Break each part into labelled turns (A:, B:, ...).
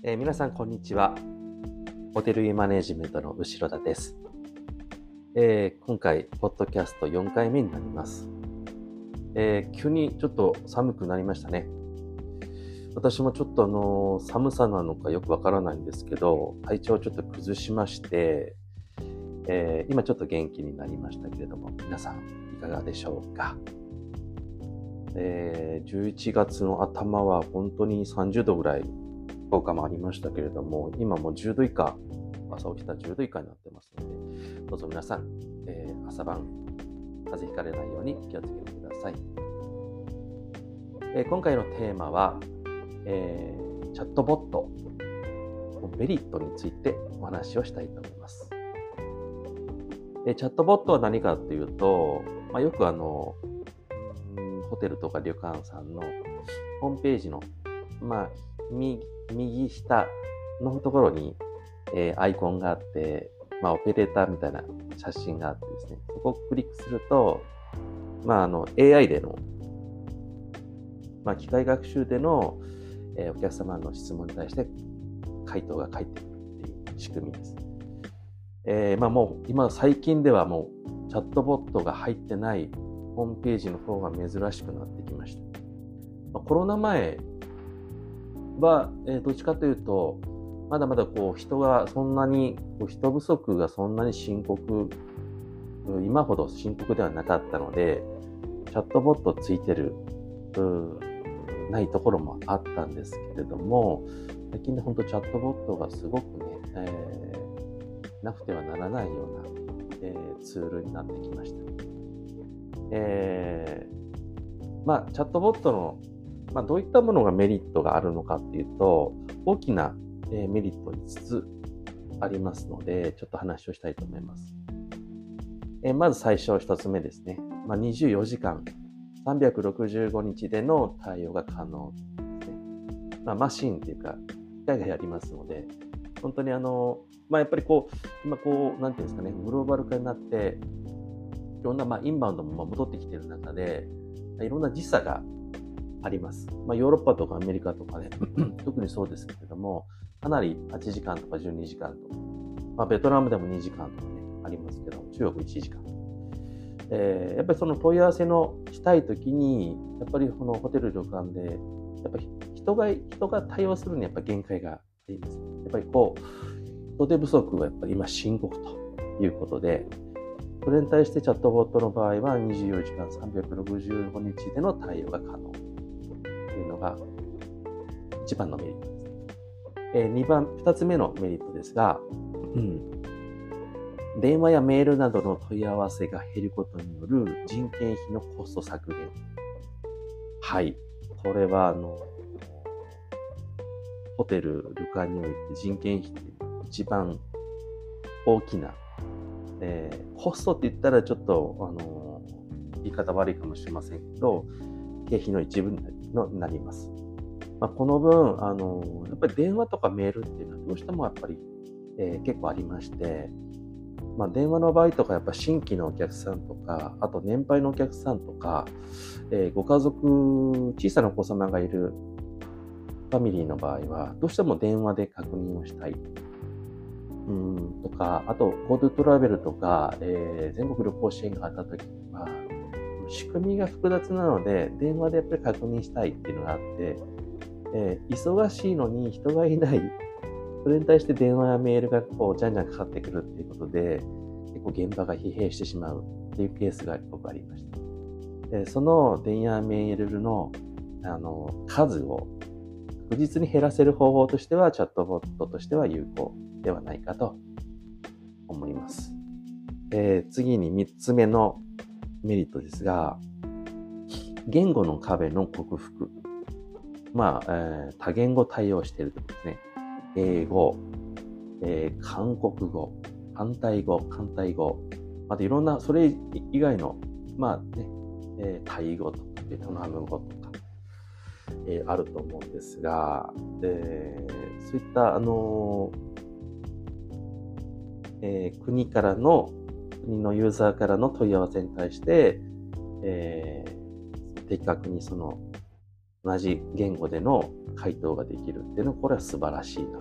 A: 皆さんこんにちは。ホテルマネジメントの後田です。今回ポッドキャスト4回目になります。急にちょっと寒くなりましたね。私もちょっと寒さなのかよくわからないんですけど、体調をちょっと崩しまして、今ちょっと元気になりましたけれども、皆さんいかがでしょうか。11月の頭は本当に30度ぐらい効果もありましたけれども、今もう10度以下、朝起きたら10度以下になってますので、どうぞ皆さん、朝晩風邪ひかれないように気をつけてください。今回のテーマは、チャットボットのメリットについてお話をしたいと思います。チャットボットは何かというと、よくホテルとか旅館さんのホームページの、右下のところに、アイコンがあって、オペレーターみたいな写真があってですね、そこをクリックすると、AI での、機械学習での、お客様の質問に対して回答が返ってくるっていう仕組みです。もう今最近ではもうチャットボットが入ってないホームページの方が珍しくなってきました。コロナ前は、どっちかというと、まだまだ人不足がそんなに今ほど深刻ではなかったので、チャットボットついてる、ないところもあったんですけれども、最近で本当チャットボットがすごくね、なくてはならないような、ツールになってきました。チャットボットのどういったものがメリットがあるのかっていうと、大きなメリット5つありますので、ちょっと話をしたいと思います。まず最初1つ目ですね。24時間、365日での対応が可能ですね。マシンっていうか、機械がやりますので、本当にやっぱり今なんていうんですかね、グローバル化になって、いろんなインバウンドも戻ってきている中で、いろんな時差があります。ヨーロッパとかアメリカとかね、特にそうですけれども、かなり8時間とか12時間とか、ベトナムでも2時間とかね、ありますけど、中国1時間。やっぱりその問い合わせのしたいときに、やっぱりこのホテル旅館で、やっぱり人が対応するにはやっぱり限界があります。やっぱり人手不足がやっぱり今深刻ということで、それに対してチャットボットの場合は24時間365日での対応が可能というのが一番のメリットです。二つ目のメリットですが、電話やメールなどの問い合わせが減ることによる人件費のコスト削減。はい。これはホテル、旅館において人件費って一番大きなコストって言ったらちょっと、言い方悪いかもしれませんけど、経費の一部になります。この分、やっぱり電話とかメールっていうのはどうしてもやっぱり、結構ありまして、電話の場合とかやっぱ新規のお客さんとか、あと年配のお客さんとか、ご家族、小さなお子様がいるファミリーの場合は、どうしても電話で確認をしたい。とか、あと GoTo トラベルとか、全国旅行支援があった時には、仕組みが複雑なので、電話でやっぱり確認したいっていうのがあって、忙しいのに人がいない、それに対して電話やメールがじゃんじゃんかかってくるっていうことで、結構現場が疲弊してしまうっていうケースが僕ありました。その電話やメールの、数を確実に減らせる方法としては、チャットボットとしては有効ではないかと思います。次に3つ目のメリットですが、言語の壁の克服。多言語対応しているということですね。英語、韓国語、反対語、またいろんな、それ以外の、タイ語とか、ベトナム語とか、あると思うんですが、そういった国のユーザーからの問い合わせに対して、的確にその同じ言語での回答ができるっていうのは、これは素晴らしいな。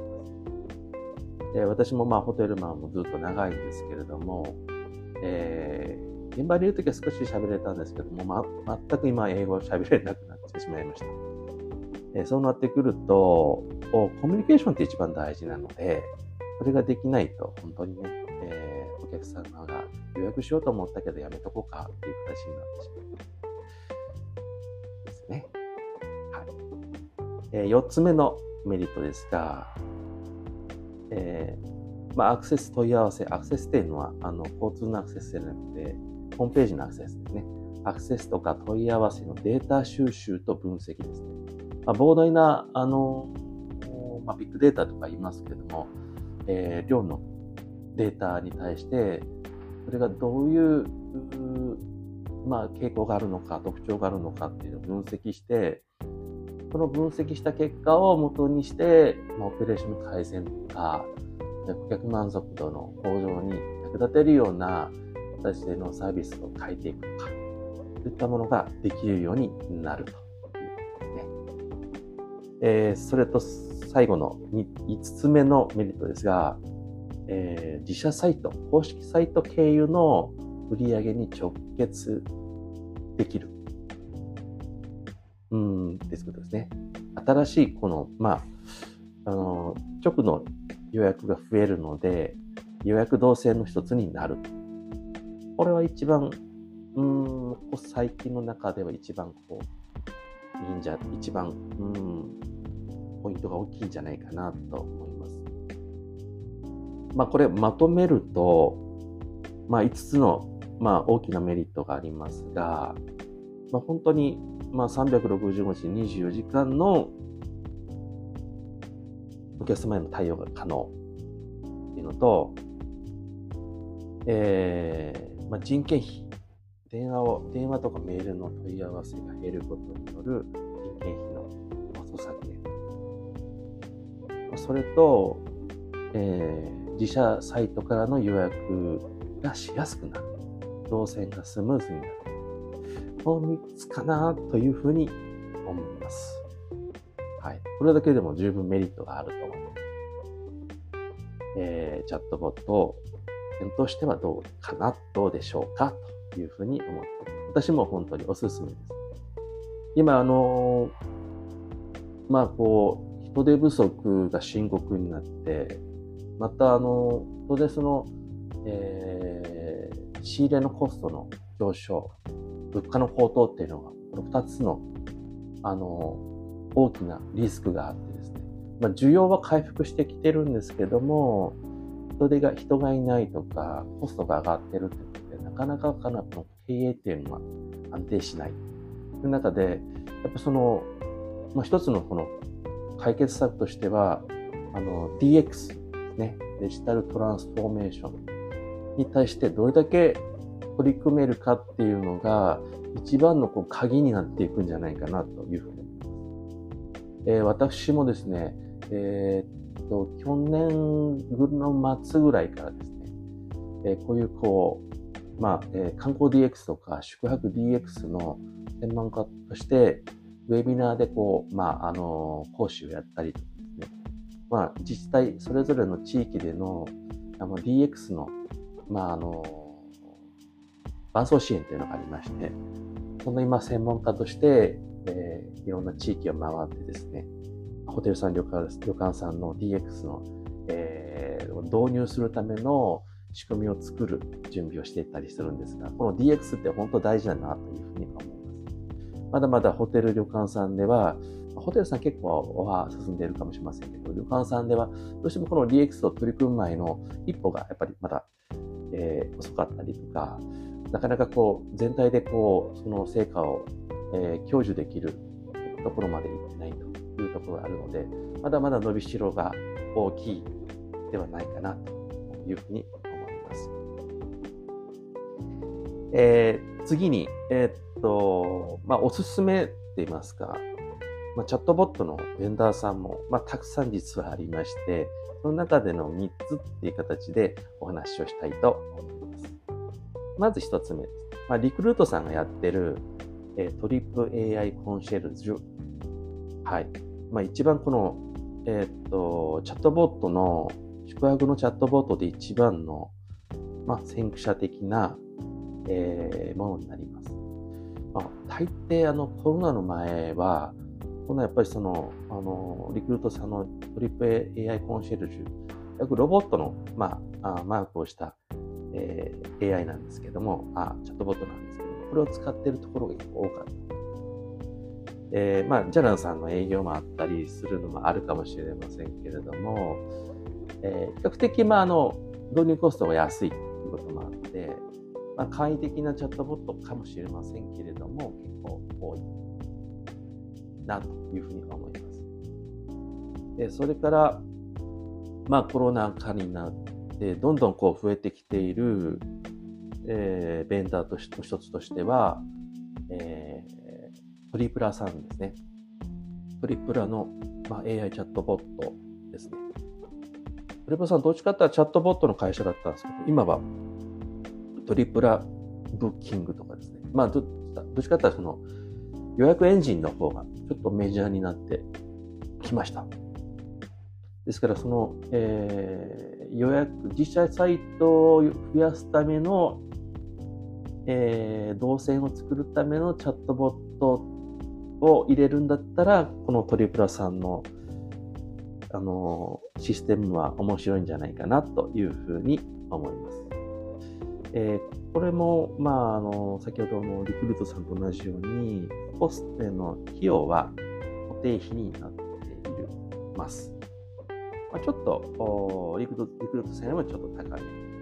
A: で、私もホテルマンもずっと長いんですけれども、現場にいるときは少し喋れたんですけども、全く今英語を喋れなくなってしまいました。そうなってくると、コミュニケーションって一番大事なので、それができないと本当にね、お客様が予約しようと思ったけどやめとこうかっていう形になってしまうですね。はい。4つ目のメリットですが、アクセス問い合わせ、アクセスっていうのは交通のアクセスじゃなくて、ホームページのアクセスですね。アクセスとか問い合わせのデータ収集と分析ですね。膨大なビッグデータとか言いますけれども、量のデータに対して、それがどういう傾向があるのか、特徴があるのかっていうのを分析して、その分析した結果を元にして、オペレーションの改善とか、顧客満足度の向上に役立てるような形でのサービスを変えていくとか、そういったものができるようになるということですね。それと最後の5つ目のメリットですが、自社サイト、公式サイト経由の売り上げに直結できる。ですことですね。新しいこの、直の予約が増えるので、予約動線の一つになる。これは一番、最近の中では一番ポイントが大きいんじゃないかなと思います。これまとめると、5つの、大きなメリットがありますが、本当に、365日24時間のお客様への対応が可能っていうのと、人件費、電話とかメールの問い合わせが減ることによる人件費のコスト削減。それと、自社サイトからの予約がしやすくなる。動線がスムーズになる。この3つかなというふうに思います。はい。これだけでも十分メリットがあると思います。チャットボットを検討してはどうでしょうかというふうに思っています。私も本当におすすめです。今、人手不足が深刻になって、また、当然仕入れのコストの上昇、物価の高騰っていうのが、この2つの、大きなリスクがあってですね。需要は回復してきてるんですけども、人がいないとか、コストが上がってるってことで、なかなか経営っていうのは安定しない。という中で、やっぱ一つのこの解決策としては、DX ですね。デジタルトランスフォーメーションに対してどれだけ取り組めるかっていうのが一番の鍵になっていくんじゃないかなというふうに思います。私もですね、去年の末ぐらいからですね、こういう観光 DX とか宿泊 DX の専門家としてウェビナーで講師をやったりとかですね、自治体それぞれの地域でのDX の伴走支援というのがありまして、その今専門家として、いろんな地域を回ってですね、ホテルさん、旅館さんの DX の、導入するための仕組みを作る準備をしていったりするんですが、この DX って本当大事だなというふうに思います。まだまだホテル旅館さんでは、ホテルさん結構進んでいるかもしれませんけど、旅館さんではどうしてもこの DX を取り組む前の一歩がやっぱりまだ、遅かったりとか、なかなか全体でその成果を、享受できるところまでいってないというところがあるので、まだまだ伸びしろが大きいではないかなというふうに思います。次に、おすすめって言いますか、チャットボットのベンダーさんも、たくさん実はありまして、その中での3つっていう形でお話をしたいと思います。まず1つ目です。リクルートさんがやってる、 トリップ AI コンシェルジュ。はい。一番この、チャットボットの、宿泊のチャットボットで一番の、先駆者的な、ものになります。大抵、コロナの前は、やっぱりリクルートさんのトリップ AI コンシェルジュ、ロボットの、マークをした、AI なんですけども、チャットボットなんですけども、これを使っているところが結構多かった。ジャランさんの営業もあったりするのもあるかもしれませんけれども、比較的、導入コストが安いということもあって、簡易的なチャットボットかもしれませんけれども、結構多いなというふうに思います。それから、コロナ禍になって、どんどん増えてきている、ベンダーとしての一つとしては、トリプラさんですね。トリプラの、AI チャットボットですね。トリプラさんどっちかっていうとチャットボットの会社だったんですけど、今はトリプラブッキングとかですね。どっちかっていうと予約エンジンの方がちょっとメジャーになってきました。ですから予約、実際サイトを増やすための、動線を作るためのチャットボットを入れるんだったら、このトリプラさんのシステムは面白いんじゃないかなというふうに思います。これも、先ほどのリクルートさんと同じように、コストの費用は固定費になっています。ちょっとリクルートさんよりもちょっと高めの設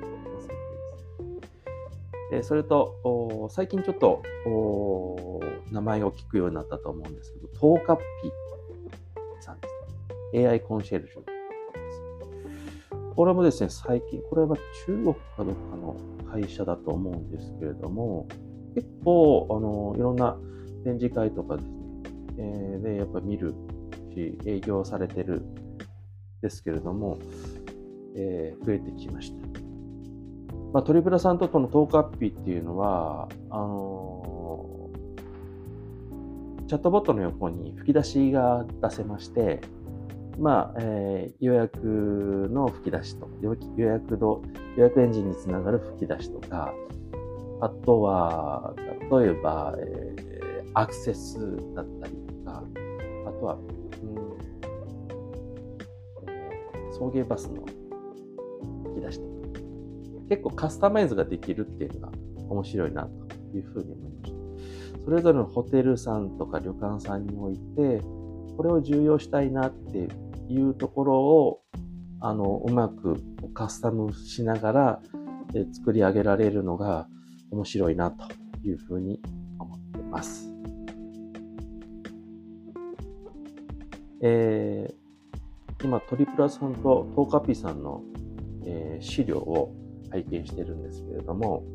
A: 定です。それと、最近ちょっと名前を聞くようになったと思うんですけど、トーカッピさんですね。AI コンシェルジュです。これもですね、最近、これは中国かどっかの会社だと思うんですけれども、結構、いろんな展示会とかですね、で、やっぱ見るし、営業されてるですけれども、増えてきました。トリプラさんとこのトーカッピっていうのは、チャットボットの横に吹き出しが出せまして、予約の吹き出しと、予約エンジンにつながる吹き出しとか、あとは、例えば、アクセスだったりとか、あとは、送迎バスの吹き出しとか、結構カスタマイズができるっていうのが面白いなというふうに思いました。それぞれのホテルさんとか旅館さんにおいて、これを重要したいなっていうところを、うまくカスタムしながら、作り上げられるのが面白いなというふうに思っています。今、トリプラさんとトーカピさんの、資料を拝見しているんですけれども、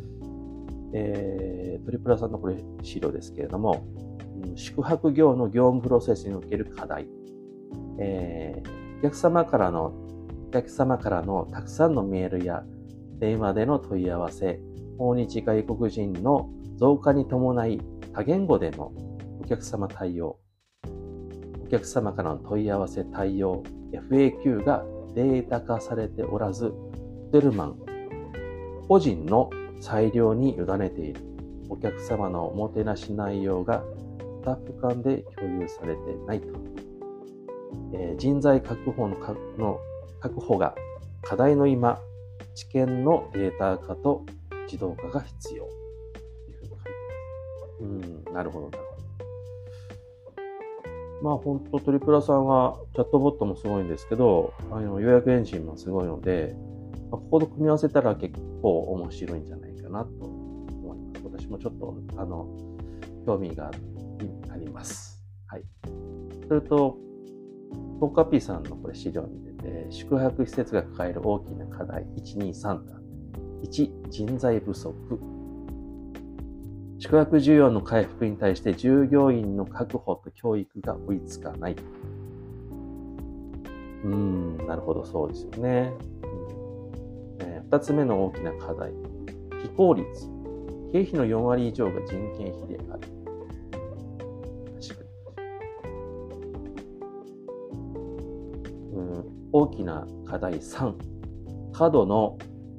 A: トリプラさんのこれ資料ですけれども、宿泊業の業務プロセスにおける課題、お客様からのたくさんのメールや電話での問い合わせ、訪日外国人の増加に伴い多言語でのお客様対応、お客様からの問い合わせ対応、FAQ がデータ化されておらず、ホテルマン個人の裁量に委ねている。お客様のおもてなし内容がスタッフ間で共有されていないと。人材確保が課題の今、知見のデータ化と自動化が必要。というふうに書いてます。なるほど、なるほど。本当トリプラさんはチャットボットもすごいんですけど、予約エンジンもすごいので、ここと組み合わせたら結構面白いんじゃないかなと思います。私もちょっと興味があります。はい。それと、トーカピーさんのこれ資料に出て、宿泊施設が抱える大きな課題1、2、3と。1、人材不足。宿泊需要の回復に対して従業員の確保と教育が追いつかない。なるほど、そうですよね。2つ目の大きな課題。非効率。経費の4割以上が人件費である。 大きな課題3、過度の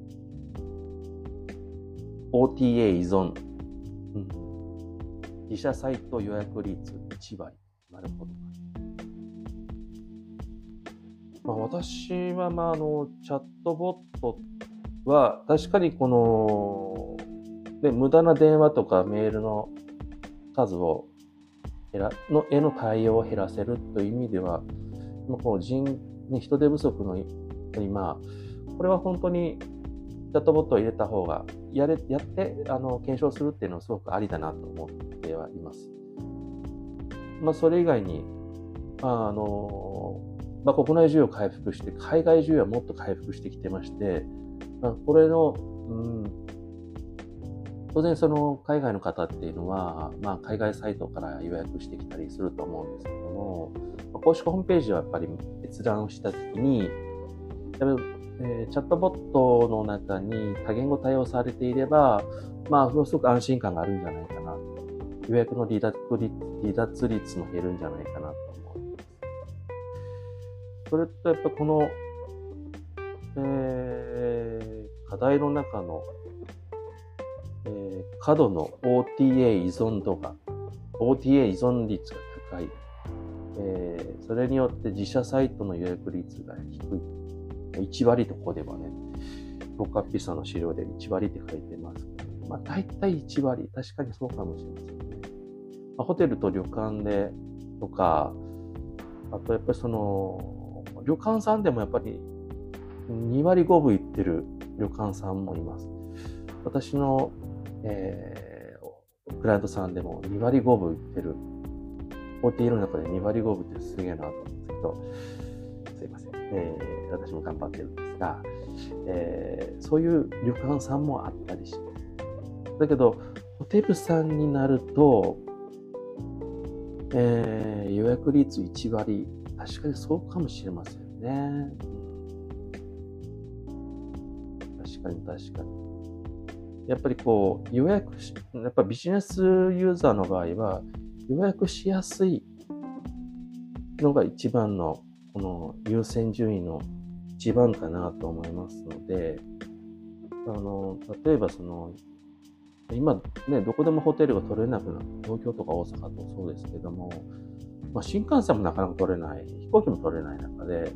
A: OTA 依存、自社サイト予約率1割。なるほど。私は、チャットボットは、確かに無駄な電話とかメールの数をへの対応を減らせるという意味では、人手不足の今、これは本当にチャットボットを入れた方が、やって検証するっていうのはすごくありだなと思ってはいます。それ以外に、国内需要回復して、海外需要はもっと回復してきてまして、これの、当然その海外の方っていうのは、海外サイトから予約してきたりすると思うんですけども、公式ホームページはやっぱり閲覧をしたときに、チャットボットの中に多言語対応されていれば、すごく安心感があるんじゃないかな。予約の離脱率も減るんじゃないかなと思います。それとやっぱこの、課題の中の、過度の OTA 依存度が、OTA 依存率が高い。それによって自社サイトの予約率が低い。1割とここではね、ロックアッピさんの資料で1割って書いてますけど、大体1割、確かにそうかもしれませんね。ホテルと旅館でとか、あとやっぱり旅館さんでもやっぱり2割5分いってる旅館さんもいます。私の、クライアントさんでも2割5分いってる。OTA の中で2割5分ってすげえなと思うんですけど、すいません。私も頑張ってるんですが、そういう旅館さんもあったりします。だけど、ホテルさんになると、予約率1割、確かにそうかもしれませんね。確かに。やっぱりやっぱビジネスユーザーの場合は、予約しやすいのが一番の、この優先順位の一番かなと思いますので、例えば今ね、どこでもホテルが取れなくなる。東京とか大阪とそうですけども、新幹線もなかなか取れない、飛行機も取れない中で、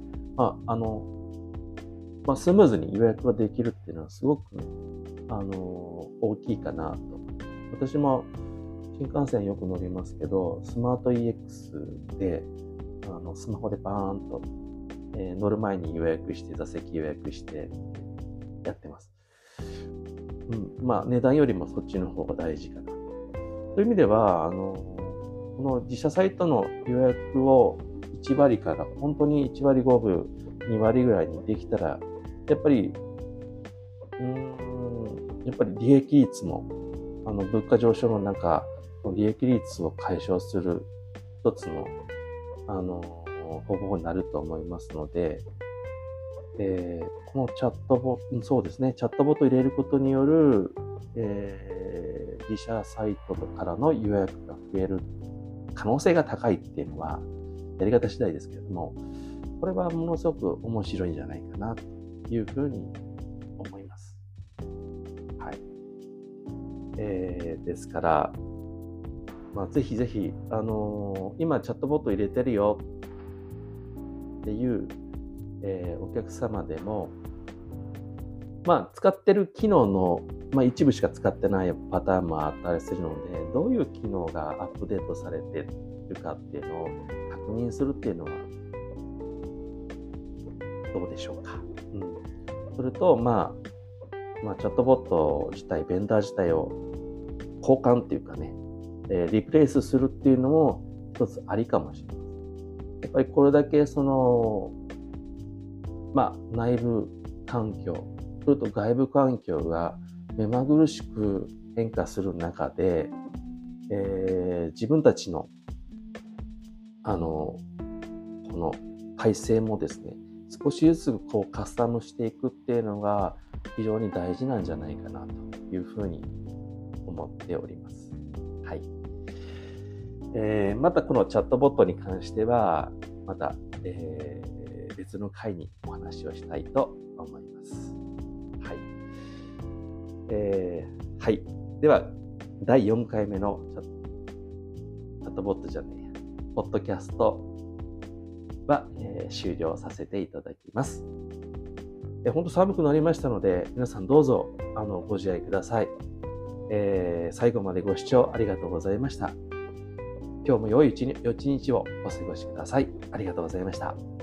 A: スムーズに予約ができるっていうのはすごく、大きいかなと。私も新幹線よく乗りますけど、スマート EX で、スマホでバーンと、乗る前に予約して、座席予約してやってます。値段よりもそっちの方が大事かな。そういう意味では、この自社サイトの予約を1割から本当に1割5分、2割ぐらいにできたら、やっぱり利益率も、物価上昇の中、利益率を解消する一つの、方法になると思いますので、このチャットボット、そうですね、チャットボットを入れることによる、自社サイトからの予約が増える可能性が高いっていうのは、やり方次第ですけれども、これはものすごく面白いんじゃないかなというふうに思います。はい。ですから、ぜひぜひ、今チャットボット入れてるよっていう、お客様でも、使ってる機能の、一部しか使ってないパターンもあったりするので、どういう機能がアップデートされているかっていうのを確認するっていうのはどうでしょうか。それと、チャットボット自体、ベンダー自体を交換っていうかね、リプレイスするっていうのも一つありかもしれません。やっぱりこれだけ内部環境、それと外部環境が目まぐるしく変化する中で、自分たちの、この体制もですね、少しずつカスタムしていくっていうのが非常に大事なんじゃないかなというふうに思っております。はい。またこのチャットボットに関しては、また、別別の回にお話をしたいと思います。はい。はい。では、第4回目のチャットボットじゃねえや、ポッドキャストは、終了させていただきます。本当寒くなりましたので、皆さんどうぞご自愛ください。最後までご視聴ありがとうございました。今日も良い一日をお過ごしください。ありがとうございました。